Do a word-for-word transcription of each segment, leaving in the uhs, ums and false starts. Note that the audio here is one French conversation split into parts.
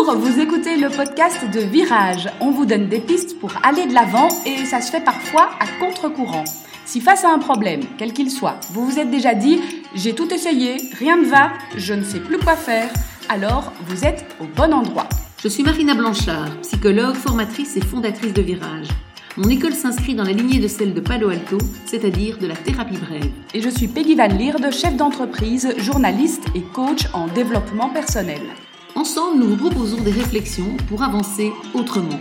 Bonjour, vous écoutez le podcast de Virage. On vous donne des pistes pour aller de l'avant et ça se fait parfois à contre-courant. Si face à un problème, quel qu'il soit, vous vous êtes déjà dit « j'ai tout essayé, rien ne va, je ne sais plus quoi faire », alors vous êtes au bon endroit. Je suis Marina Blanchard, psychologue, formatrice et fondatrice de Virage. Mon école s'inscrit dans la lignée de celle de Palo Alto, c'est-à-dire de la thérapie brève. Et je suis Peggy Van Lierde, chef d'entreprise, journaliste et coach en développement personnel. Ensemble, nous vous proposons des réflexions pour avancer autrement.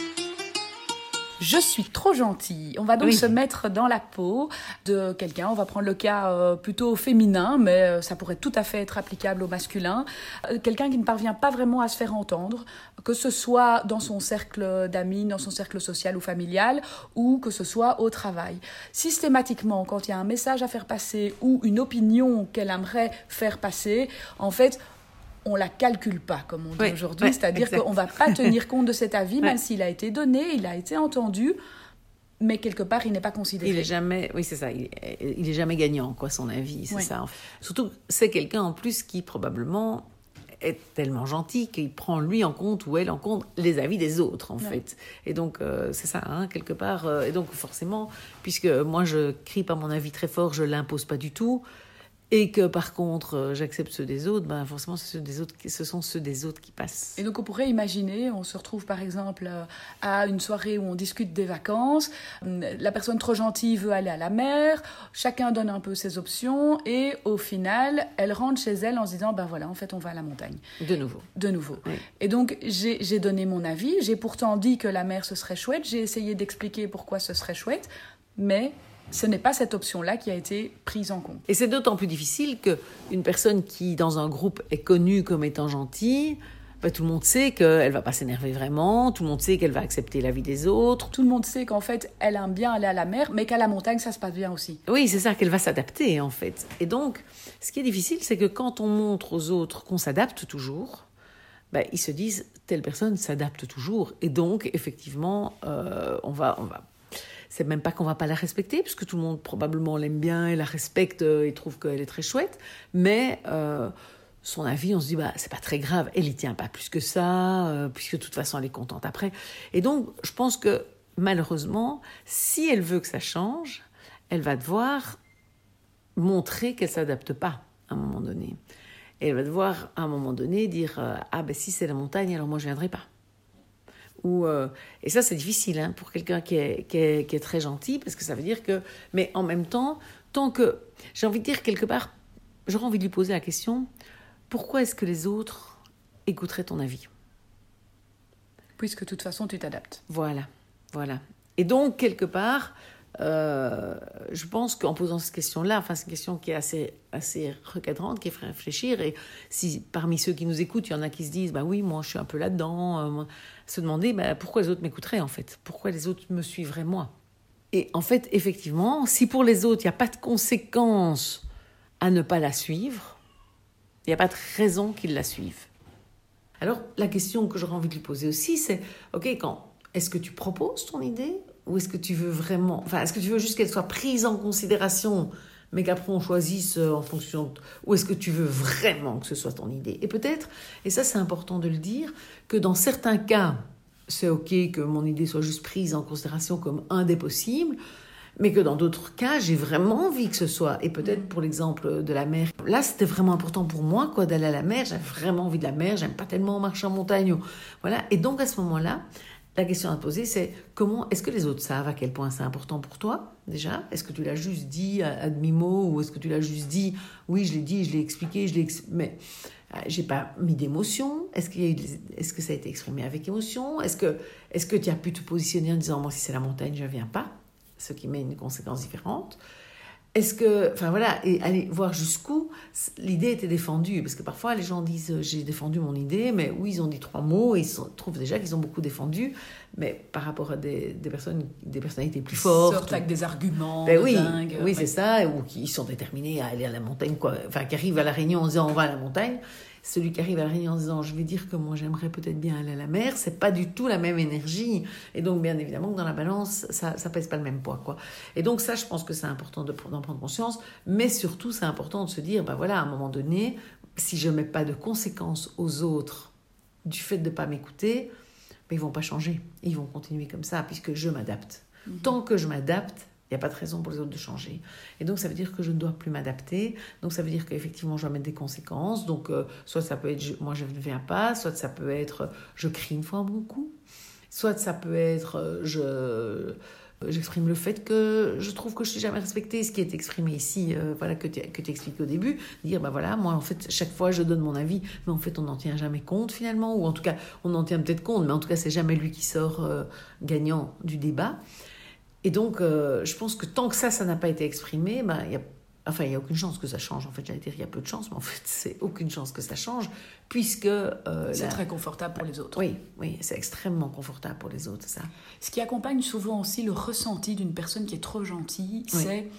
Je suis trop gentille. On va donc oui. se mettre dans la peau de quelqu'un. On va prendre le cas euh, plutôt féminin, mais euh, ça pourrait tout à fait être applicable au masculin. Euh, quelqu'un qui ne parvient pas vraiment à se faire entendre, que ce soit dans son cercle d'amis, dans son cercle social ou familial, ou que ce soit au travail. Systématiquement, quand il y a un message à faire passer ou une opinion qu'elle aimerait faire passer, en fait, on ne la calcule pas, comme on dit oui, aujourd'hui, oui, c'est-à-dire exact. qu'on ne va pas tenir compte de cet avis, oui. même s'il a été donné, il a été entendu, mais quelque part, il n'est pas considéré. Il est jamais, oui, c'est ça, il est, il est jamais gagnant, quoi, son avis, c'est oui. ça. Surtout, c'est quelqu'un, en plus, qui, probablement, est tellement gentil qu'il prend, lui, en compte, ou elle, en compte, les avis des autres, en oui. fait. Et donc, euh, c'est ça, hein, quelque part. Euh, et donc, forcément, puisque moi, je crie pas mon avis très fort, je l'impose pas du tout, et que par contre euh, j'accepte ceux des autres, ben forcément ceux des autres, ce sont ceux des autres qui passent. Et donc on pourrait imaginer, on se retrouve par exemple à une soirée où on discute des vacances, la personne trop gentille veut aller à la mer, chacun donne un peu ses options et au final elle rentre chez elle en se disant ben voilà en fait on va à la montagne. De nouveau. De nouveau. Oui. Et donc j'ai, j'ai donné mon avis, j'ai pourtant dit que la mer ce serait chouette, j'ai essayé d'expliquer pourquoi ce serait chouette, mais ce n'est pas cette option-là qui a été prise en compte. Et c'est d'autant plus difficile qu'une personne qui, dans un groupe, est connue comme étant gentille, ben, tout le monde sait qu'elle ne va pas s'énerver vraiment, tout le monde sait qu'elle va accepter l'avis des autres. Tout le monde sait qu'en fait, elle aime bien aller à la mer, mais qu'à la montagne, ça se passe bien aussi. Oui, c'est ça, qu'elle va s'adapter, en fait. Et donc, ce qui est difficile, c'est que quand on montre aux autres qu'on s'adapte toujours, ben, ils se disent, telle personne s'adapte toujours. Et donc, effectivement, euh, on va... On va c'est même pas qu'on va pas la respecter, puisque tout le monde probablement l'aime bien et la respecte et trouve qu'elle est très chouette, mais euh, son avis, on se dit, bah, c'est pas très grave, elle y tient pas plus que ça, euh, puisque de toute façon elle est contente après. Et donc, je pense que malheureusement, si elle veut que ça change, elle va devoir montrer qu'elle s'adapte pas à un moment donné. Et elle va devoir, à un moment donné, dire, euh, ah ben si c'est la montagne, alors moi je viendrai pas. Ou, euh, et ça, c'est difficile hein, pour quelqu'un qui est, qui, est, qui est très gentil, parce que ça veut dire que... Mais en même temps, tant que... J'ai envie de dire quelque part, j'aurais envie de lui poser la question, pourquoi est-ce que les autres écouteraient ton avis ? Puisque de toute façon, tu t'adaptes. Voilà, voilà. Et donc, quelque part, euh, je pense qu'en posant cette question-là, enfin, c'est une question qui est assez, assez recadrante, qui fait réfléchir, et si parmi ceux qui nous écoutent, il y en a qui se disent, bah oui, moi, je suis un peu là-dedans, euh, moi, se demander bah, pourquoi les autres m'écouteraient, en fait. Pourquoi les autres me suivraient, moi. Et en fait, effectivement, si pour les autres, il n'y a pas de conséquences à ne pas la suivre, il n'y a pas de raison qu'ils la suivent. Alors, la question que j'aurais envie de lui poser aussi, c'est, OK, quand est-ce que tu proposes ton idée ? Ou est-ce que tu veux vraiment... Enfin, est-ce que tu veux juste qu'elle soit prise en considération, mais qu'après on choisisse en fonction... De, ou est-ce que tu veux vraiment que ce soit ton idée ? Et peut-être, et ça c'est important de le dire, que dans certains cas, c'est OK que mon idée soit juste prise en considération comme un des possibles, mais que dans d'autres cas, j'ai vraiment envie que ce soit. Et peut-être pour l'exemple de la mer, là c'était vraiment important pour moi quoi, d'aller à la mer, j'avais vraiment envie de la mer, j'aime pas tellement marcher en montagne. Voilà. Et donc à ce moment-là, la question à te poser, c'est comment est-ce que les autres savent à quel point c'est important pour toi, déjà ? Est-ce que tu l'as juste dit à, à demi-mot ou est-ce que tu l'as juste dit, oui, je l'ai dit, je l'ai expliqué, je l'ai ex... mais euh, j'ai pas mis d'émotion. Est-ce, qu'il y a eu des... est-ce que ça a été exprimé avec émotion ? Est-ce que, est-ce que tu as pu te positionner en disant, moi, si c'est la montagne, je ne viens pas, ce qui met une conséquence différente ? Est-ce que, enfin voilà, et aller voir jusqu'où l'idée était défendue, parce que parfois les gens disent j'ai défendu mon idée, mais oui ils ont dit trois mots et ils sont, trouvent déjà qu'ils ont beaucoup défendu, mais par rapport à des, des personnes, des personnalités plus fortes, sortent avec des arguments, ben de oui, dingue, oui ouais. c'est ça, ou qui sont déterminés à aller à la montagne, quoi, enfin qui arrivent à la réunion en disant on va à la montagne. Celui qui arrive à la réunion en disant je vais dire que moi j'aimerais peut-être bien aller à la mer, c'est pas du tout la même énergie. Et donc bien évidemment que dans la balance, ça, ça pèse pas le même poids, quoi. Et donc ça, je pense que c'est important de, d'en prendre conscience, mais surtout c'est important de se dire, ben voilà, à un moment donné, si je mets pas de conséquences aux autres du fait de ne pas m'écouter, ben, ils ne vont pas changer. Ils vont continuer comme ça, puisque je m'adapte. Mmh. Tant que je m'adapte, il n'y a pas de raison pour les autres de changer. Et donc, ça veut dire que je ne dois plus m'adapter. Donc, ça veut dire qu'effectivement, je dois mettre des conséquences. Donc, euh, soit ça peut être, je, moi, je ne viens pas. Soit ça peut être, je crie une fois un bon coup. Soit ça peut être, je... J'exprime le fait que je trouve que je ne suis jamais respectée, ce qui est exprimé ici, euh, voilà, que tu que tu expliques au début. Dire, ben voilà, moi, en fait, chaque fois, je donne mon avis, mais en fait, on n'en tient jamais compte, finalement. Ou en tout cas, on en tient peut-être compte, mais en tout cas, c'est jamais lui qui sort euh, gagnant du débat. Et donc, euh, je pense que tant que ça, ça n'a pas été exprimé, ben, il y a Enfin, il n'y a aucune chance que ça change. En fait, j'allais dire il y a peu de chance, mais en fait, c'est aucune chance que ça change, puisque... Euh, c'est la... très confortable pour les autres. Oui, oui, c'est extrêmement confortable pour les autres, ça. Ce qui accompagne souvent aussi le ressenti d'une personne qui est trop gentille, oui. c'est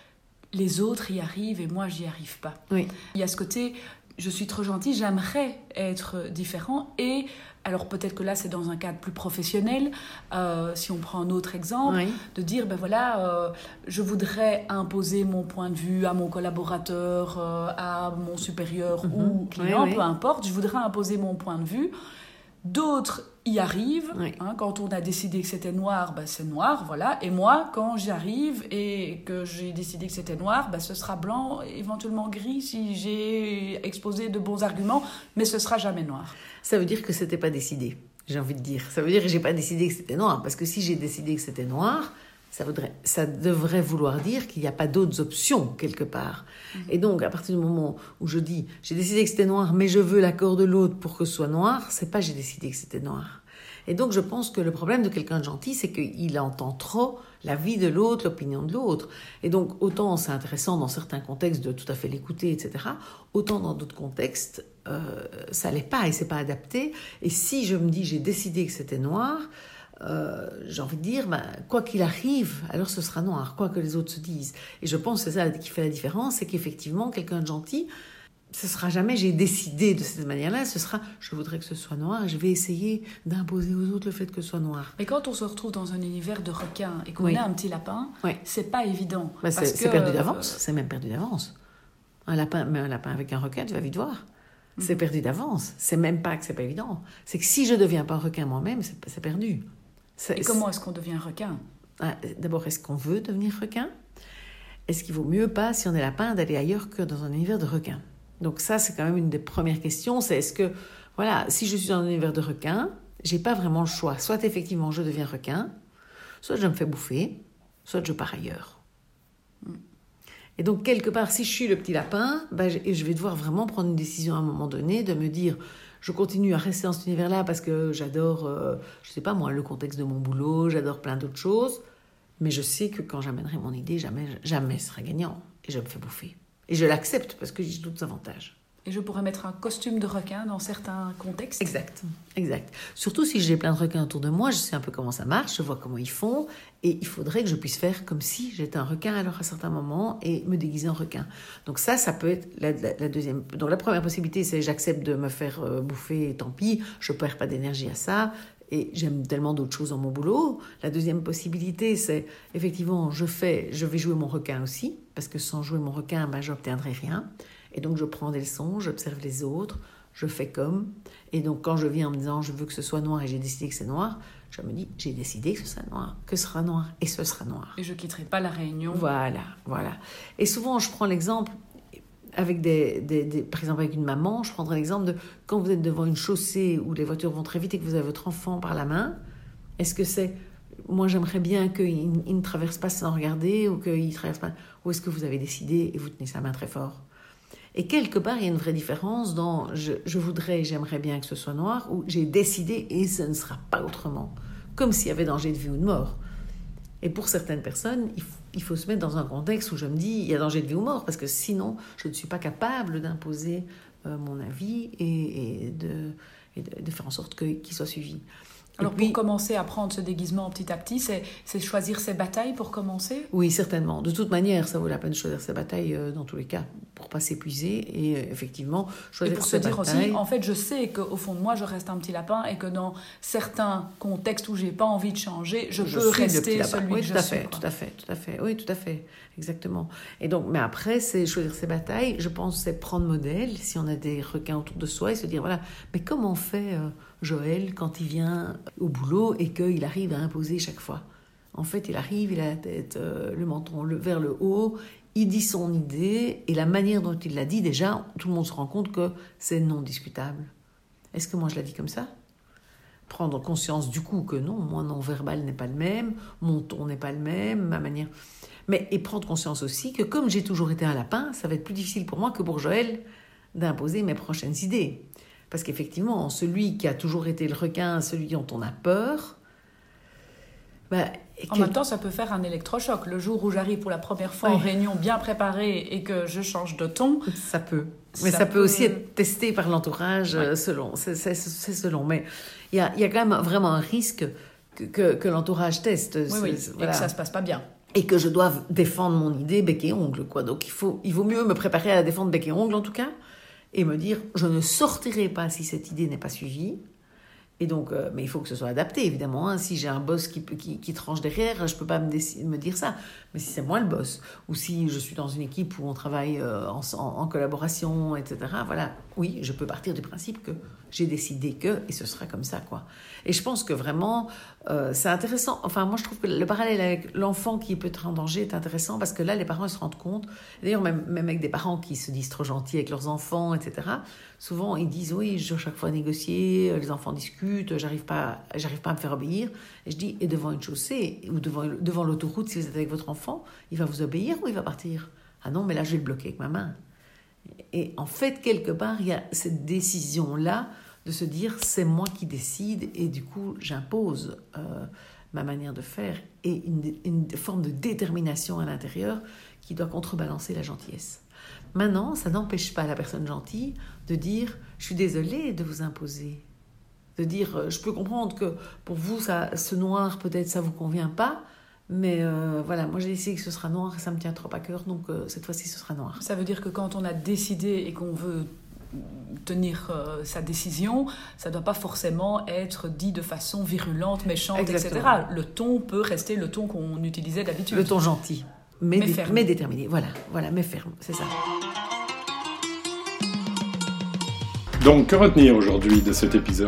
les autres y arrivent et moi, j'y arrive pas. Oui. Il y a ce côté, je suis trop gentille, j'aimerais être différent et... Alors peut-être que là, c'est dans un cadre plus professionnel. Euh, si on prend un autre exemple, oui. de dire, ben voilà, euh, je voudrais imposer mon point de vue à mon collaborateur, euh, à mon supérieur mm-hmm. ou client, oui, oui. peu importe. Je voudrais imposer mon point de vue. D'autres y arrivent. Oui. Hein, quand on a décidé que c'était noir, ben c'est noir, voilà. Et moi, quand j'y arrive et que j'ai décidé que c'était noir, ben ce sera blanc, éventuellement gris si j'ai exposé de bons arguments, mais ce sera jamais noir. Ça veut dire que c'était pas décidé, j'ai envie de dire. Ça veut dire que j'ai pas décidé que c'était noir, parce que si j'ai décidé que c'était noir, ça, voudrait, ça devrait vouloir dire qu'il n'y a pas d'autres options quelque part. Mmh. Et donc, à partir du moment où je dis j'ai décidé que c'était noir, mais je veux l'accord de l'autre pour que ce soit noir, c'est pas j'ai décidé que c'était noir. Et donc, je pense que le problème de quelqu'un de gentil, c'est qu'il entend trop l'avis de l'autre, l'opinion de l'autre. Et donc, autant c'est intéressant dans certains contextes de tout à fait l'écouter, et cetera, autant dans d'autres contextes, euh, ça l'est pas et c'est pas adapté. Et si je me dis j'ai décidé que c'était noir, euh, j'ai envie de dire, ben, quoi qu'il arrive, alors ce sera noir, quoi que les autres se disent. Et je pense que c'est ça qui fait la différence, c'est qu'effectivement, quelqu'un de gentil, ce sera jamais j'ai décidé de cette manière-là, ce sera je voudrais que ce soit noir et je vais essayer d'imposer aux autres le fait que ce soit noir. Mais quand on se retrouve dans un univers de requins et qu'on oui. a un petit lapin, oui. c'est pas évident. Bah, parce c'est, que, c'est perdu d'avance, euh... c'est même perdu d'avance. Un lapin, mais un lapin avec un requin, tu vas vite voir. Mm-hmm. C'est perdu d'avance. C'est même pas que c'est pas évident. C'est que si je deviens pas un requin moi-même, c'est, c'est perdu. C'est, et comment est-ce qu'on devient requin ? ah, D'abord, est-ce qu'on veut devenir requin ? Est-ce qu'il vaut mieux pas, si on est lapin, d'aller ailleurs que dans un univers de requins ? Donc ça, c'est quand même une des premières questions, c'est est-ce que, voilà, si je suis dans un univers de requin, j'ai pas vraiment le choix. Soit effectivement, je deviens requin, soit je me fais bouffer, soit je pars ailleurs. Mm. Et donc, quelque part, si je suis le petit lapin, ben, je, je vais devoir vraiment prendre une décision à un moment donné, de me dire, je continue à rester dans cet univers-là parce que j'adore, euh, je sais pas moi, le contexte de mon boulot, j'adore plein d'autres choses, mais je sais que quand j'amènerai mon idée, jamais, jamais ce sera gagnant, et je me fais bouffer. Et je l'accepte parce que j'ai d'autres avantages. Et je pourrais mettre un costume de requin dans certains contextes. Exact, exact. Surtout si j'ai plein de requins autour de moi, je sais un peu comment ça marche, je vois comment ils font, et il faudrait que je puisse faire comme si j'étais un requin alors à certains moments et me déguiser en requin. Donc ça, ça peut être la, la, la deuxième. Donc la première possibilité, c'est j'accepte de me faire euh, bouffer, et tant pis, je ne perds pas d'énergie à ça. Et j'aime tellement d'autres choses dans mon boulot. La deuxième possibilité, c'est effectivement, je fais, je vais jouer mon requin aussi, parce que sans jouer mon requin, ben, je n'obtiendrai rien. Et donc, je prends des leçons, j'observe les autres, je fais comme. Et donc, quand je viens en me disant, je veux que ce soit noir et j'ai décidé que c'est noir, je me dis, j'ai décidé que ce sera noir, que ce sera noir et ce sera noir. Et je ne quitterai pas la réunion. Voilà, voilà. Et souvent, je prends l'exemple, avec des, des, des, par exemple avec une maman, je prendrais l'exemple de quand vous êtes devant une chaussée où les voitures vont très vite et que vous avez votre enfant par la main, est-ce que c'est, moi j'aimerais bien qu'il il ne traverse pas sans regarder ou qu'il traverse pas, ou est-ce que vous avez décidé et vous tenez sa main très fort? Et quelque part, il y a une vraie différence dans je, je voudrais, j'aimerais bien que ce soit noir, ou j'ai décidé et ce ne sera pas autrement, comme s'il y avait danger de vie ou de mort. Et pour certaines personnes, il faut, il faut se mettre dans un contexte où je me dis il y a danger de vie ou mort, parce que sinon, je ne suis pas capable d'imposer euh, mon avis et, et, de, et de, de faire en sorte que, qu'il soit suivi. Alors puis, pour commencer à prendre ce déguisement petit à petit, c'est, c'est choisir ses batailles pour commencer? Oui, certainement. De toute manière, ça vaut la peine de choisir ses batailles euh, dans tous les cas, pour pas s'épuiser et euh, effectivement choisir et pour ses se dire batailles. aussi, en fait, je sais qu'au fond de moi, je reste un petit lapin et que dans certains contextes où j'ai pas envie de changer, je, je peux rester celui oui, que tout je à suis. fait, tout à fait, tout à fait. Oui, tout à fait, exactement. Et donc, mais après, c'est choisir ses batailles. Je pense, c'est prendre modèle. Si on a des requins autour de soi et se dire voilà, mais comment fait euh, Joël quand il vient au boulot et qu'il arrive à imposer chaque fois. En fait, il arrive, il a la tête, euh, le menton le, vers le haut, il dit son idée, et la manière dont il l'a dit, déjà, tout le monde se rend compte que c'est non discutable. Est-ce que moi je la dis comme ça ? Prendre conscience du coup que non, mon non-verbal n'est pas le même, mon ton n'est pas le même, ma manière... Mais, et prendre conscience aussi que comme j'ai toujours été un lapin, ça va être plus difficile pour moi que pour Joël d'imposer mes prochaines idées. Parce qu'effectivement, celui qui a toujours été le requin, celui dont on a peur... Bah, en que... même temps, ça peut faire un électrochoc. Le jour où j'arrive pour la première fois oui. en réunion bien préparée et que je change de ton... Ça peut. Mais ça, ça peut, peut aussi être testé par l'entourage oui. selon. C'est, c'est, c'est selon. Mais il y a, y a quand même vraiment un risque que, que, que l'entourage teste. Oui, oui. Voilà. Et que ça ne se passe pas bien. Et que je doive défendre mon idée bec et ongle, quoi. Donc il, faut, il vaut mieux me préparer à la défendre bec et ongle, en tout cas, et me dire, je ne sortirai pas si cette idée n'est pas suivie. Et donc, euh, mais il faut que ce soit adapté, évidemment. Hein. Si j'ai un boss qui, qui, qui tranche derrière, je ne peux pas me, décider, me dire ça. Mais si c'est moi le boss, ou si je suis dans une équipe où on travaille euh, en, en, en collaboration, et cetera, voilà, oui, je peux partir du principe que j'ai décidé que, et ce sera comme ça, quoi. Et je pense que vraiment, euh, c'est intéressant. Enfin, moi, je trouve que le parallèle avec l'enfant qui peut être en danger est intéressant, parce que là, les parents, ils se rendent compte. D'ailleurs, même, même avec des parents qui se disent trop gentils avec leurs enfants, et cetera, souvent, ils disent, oui, je dois chaque fois négocier, les enfants discutent, j'arrive pas, j'arrive pas à me faire obéir. Et je dis, et devant une chaussée, ou devant, devant l'autoroute, si vous êtes avec votre enfant, il va vous obéir ou il va partir ? Ah non, mais là, je vais le bloquer avec ma main. Et en fait, quelque part, il y a cette décision-là de se dire, c'est moi qui décide, et du coup, j'impose euh, ma manière de faire, et une, une forme de détermination à l'intérieur qui doit contrebalancer la gentillesse. Maintenant, ça n'empêche pas la personne gentille de dire « je suis désolée de vous imposer ». De dire « je peux comprendre que pour vous, ça, ce noir, peut-être, ça ne vous convient pas, mais euh, voilà, moi j'ai décidé que ce sera noir et ça me tient trop à cœur, donc euh, cette fois-ci, ce sera noir ». Ça veut dire que quand on a décidé et qu'on veut tenir euh, sa décision, ça ne doit pas forcément être dit de façon virulente, méchante, Exactement. et cetera. Le ton peut rester le ton qu'on utilisait d'habitude. Le ton gentil. Mais, mais, dé- mais déterminé, voilà, voilà, mais ferme, c'est ça. Donc, que retenir aujourd'hui de cet épisode ?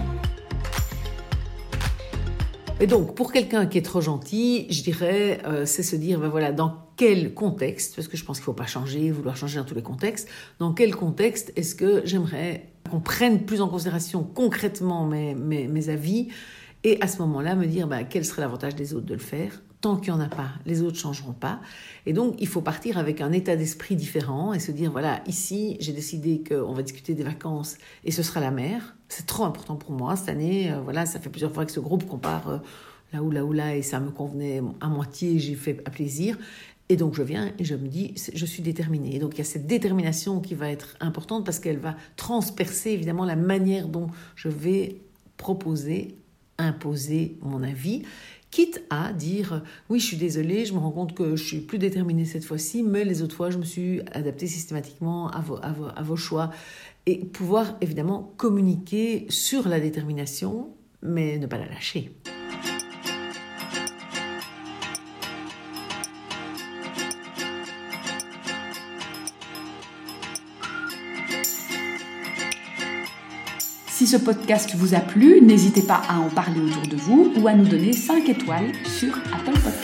Et donc, pour quelqu'un qui est trop gentil, je dirais, euh, c'est se dire, ben voilà, dans quel contexte, parce que je pense qu'il ne faut pas changer, vouloir changer dans tous les contextes, dans quel contexte est-ce que j'aimerais qu'on prenne plus en considération concrètement mes, mes, mes avis, et à ce moment-là, me dire, ben, quel serait l'avantage des autres de le faire ? Tant qu'il n'y en a pas, les autres ne changeront pas. Et donc, il faut partir avec un état d'esprit différent et se dire, voilà, ici, j'ai décidé qu'on va discuter des vacances et ce sera la mer. C'est trop important pour moi cette année. Euh, voilà, ça fait plusieurs fois que ce groupe qu'on part euh, là où, là où, là, et ça me convenait à moitié, j'ai fait à plaisir. Et donc, je viens et je me dis, je suis déterminée. Et donc, il y a cette détermination qui va être importante parce qu'elle va transpercer, évidemment, la manière dont je vais proposer, imposer mon avis. Quitte à dire, oui, je suis désolée, je me rends compte que je suis plus déterminée cette fois-ci, mais les autres fois, je me suis adaptée systématiquement à vos, à vos, à vos choix. Et pouvoir, évidemment, communiquer sur la détermination, mais ne pas la lâcher. Si ce podcast vous a plu, n'hésitez pas à en parler autour de vous ou à nous donner cinq étoiles sur Apple Podcast.